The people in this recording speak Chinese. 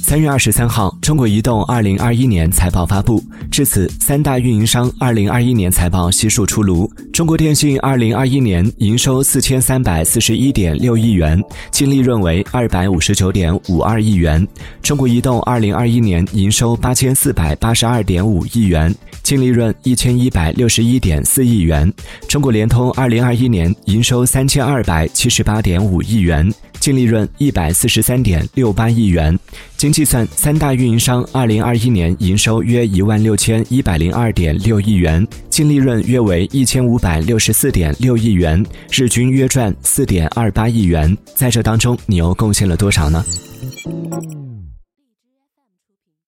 3月23号，中国移动2021年财报发布。至此，三大运营商2021年财报悉数出炉。中国电信2021年营收4341.6亿元，净利润为259.52亿元；中国移动2021年营收8482.5亿元，净利润1161.4亿元；中国联通2021年营收3278.5亿元，净利润143.68亿元。经计算，三大运营商2021年营收约16102.6亿元，净利润约为1564.6亿元，日均约赚4.28亿元。在这当中，你又贡献了多少呢？